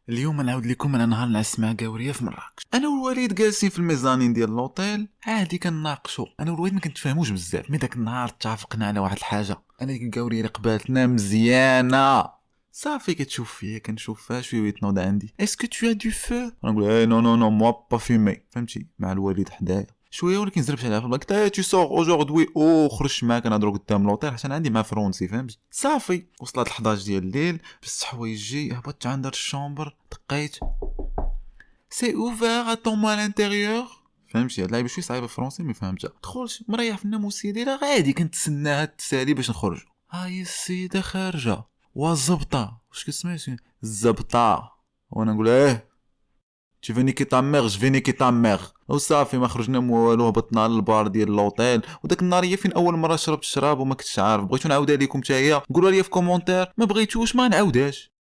اليوم نعاود لكم على نهار نعس مع قاوريه في مراكش. انا والوالد جالسين في الميزانين ديال لوطيل عادي كنناقشوا. انا والوالد ما كنتفاهموش بزاف، مي داك النهار اتفقنا على واحد الحاجه. انا ديك القاوريه اللي قبالتنا مزيانه صافي، كتشوف فيا كنشوفها شويه تنوض عندي. اسكو تو ا دو فو؟ نقول اي نو نو نو موا با فيمي، فهمتي، مع الوالد حدايا شويه ولكن زربت عليها في الباك. تو سور اوجوردي او خرج معاك نهضروا قدام لوطيل حيت انا عندي مع فرونسي، فهمتي. صافي وصلت 11 ديال الليل بس حوايجي هبطت عند الشومبر دقيت. سي اوفير اتومو لانتيريور، فهمتي. هاد اللعيبه شويه صعيبه فرونسي مي فهمتها. دخلت مريح في الناموسيه ديالها غادي كنتسناها تسالي باش نخرج. هاي السيده خارجه وزبطه واش كتسمعي الزبطه وانا نقول ايه tu veux niquer ta mère je vais niquer ta mère. وصافي ما خرجنا مو والو، هبطنا للبار ديال لوطيل. وداك النهار هي فين اول مره شربت الشراب وما كنتش عارف. بغيتو نعاودها لكم حتى هي، قولوا لي في كومونتير. ما بغيتوش ما نعاودهاش.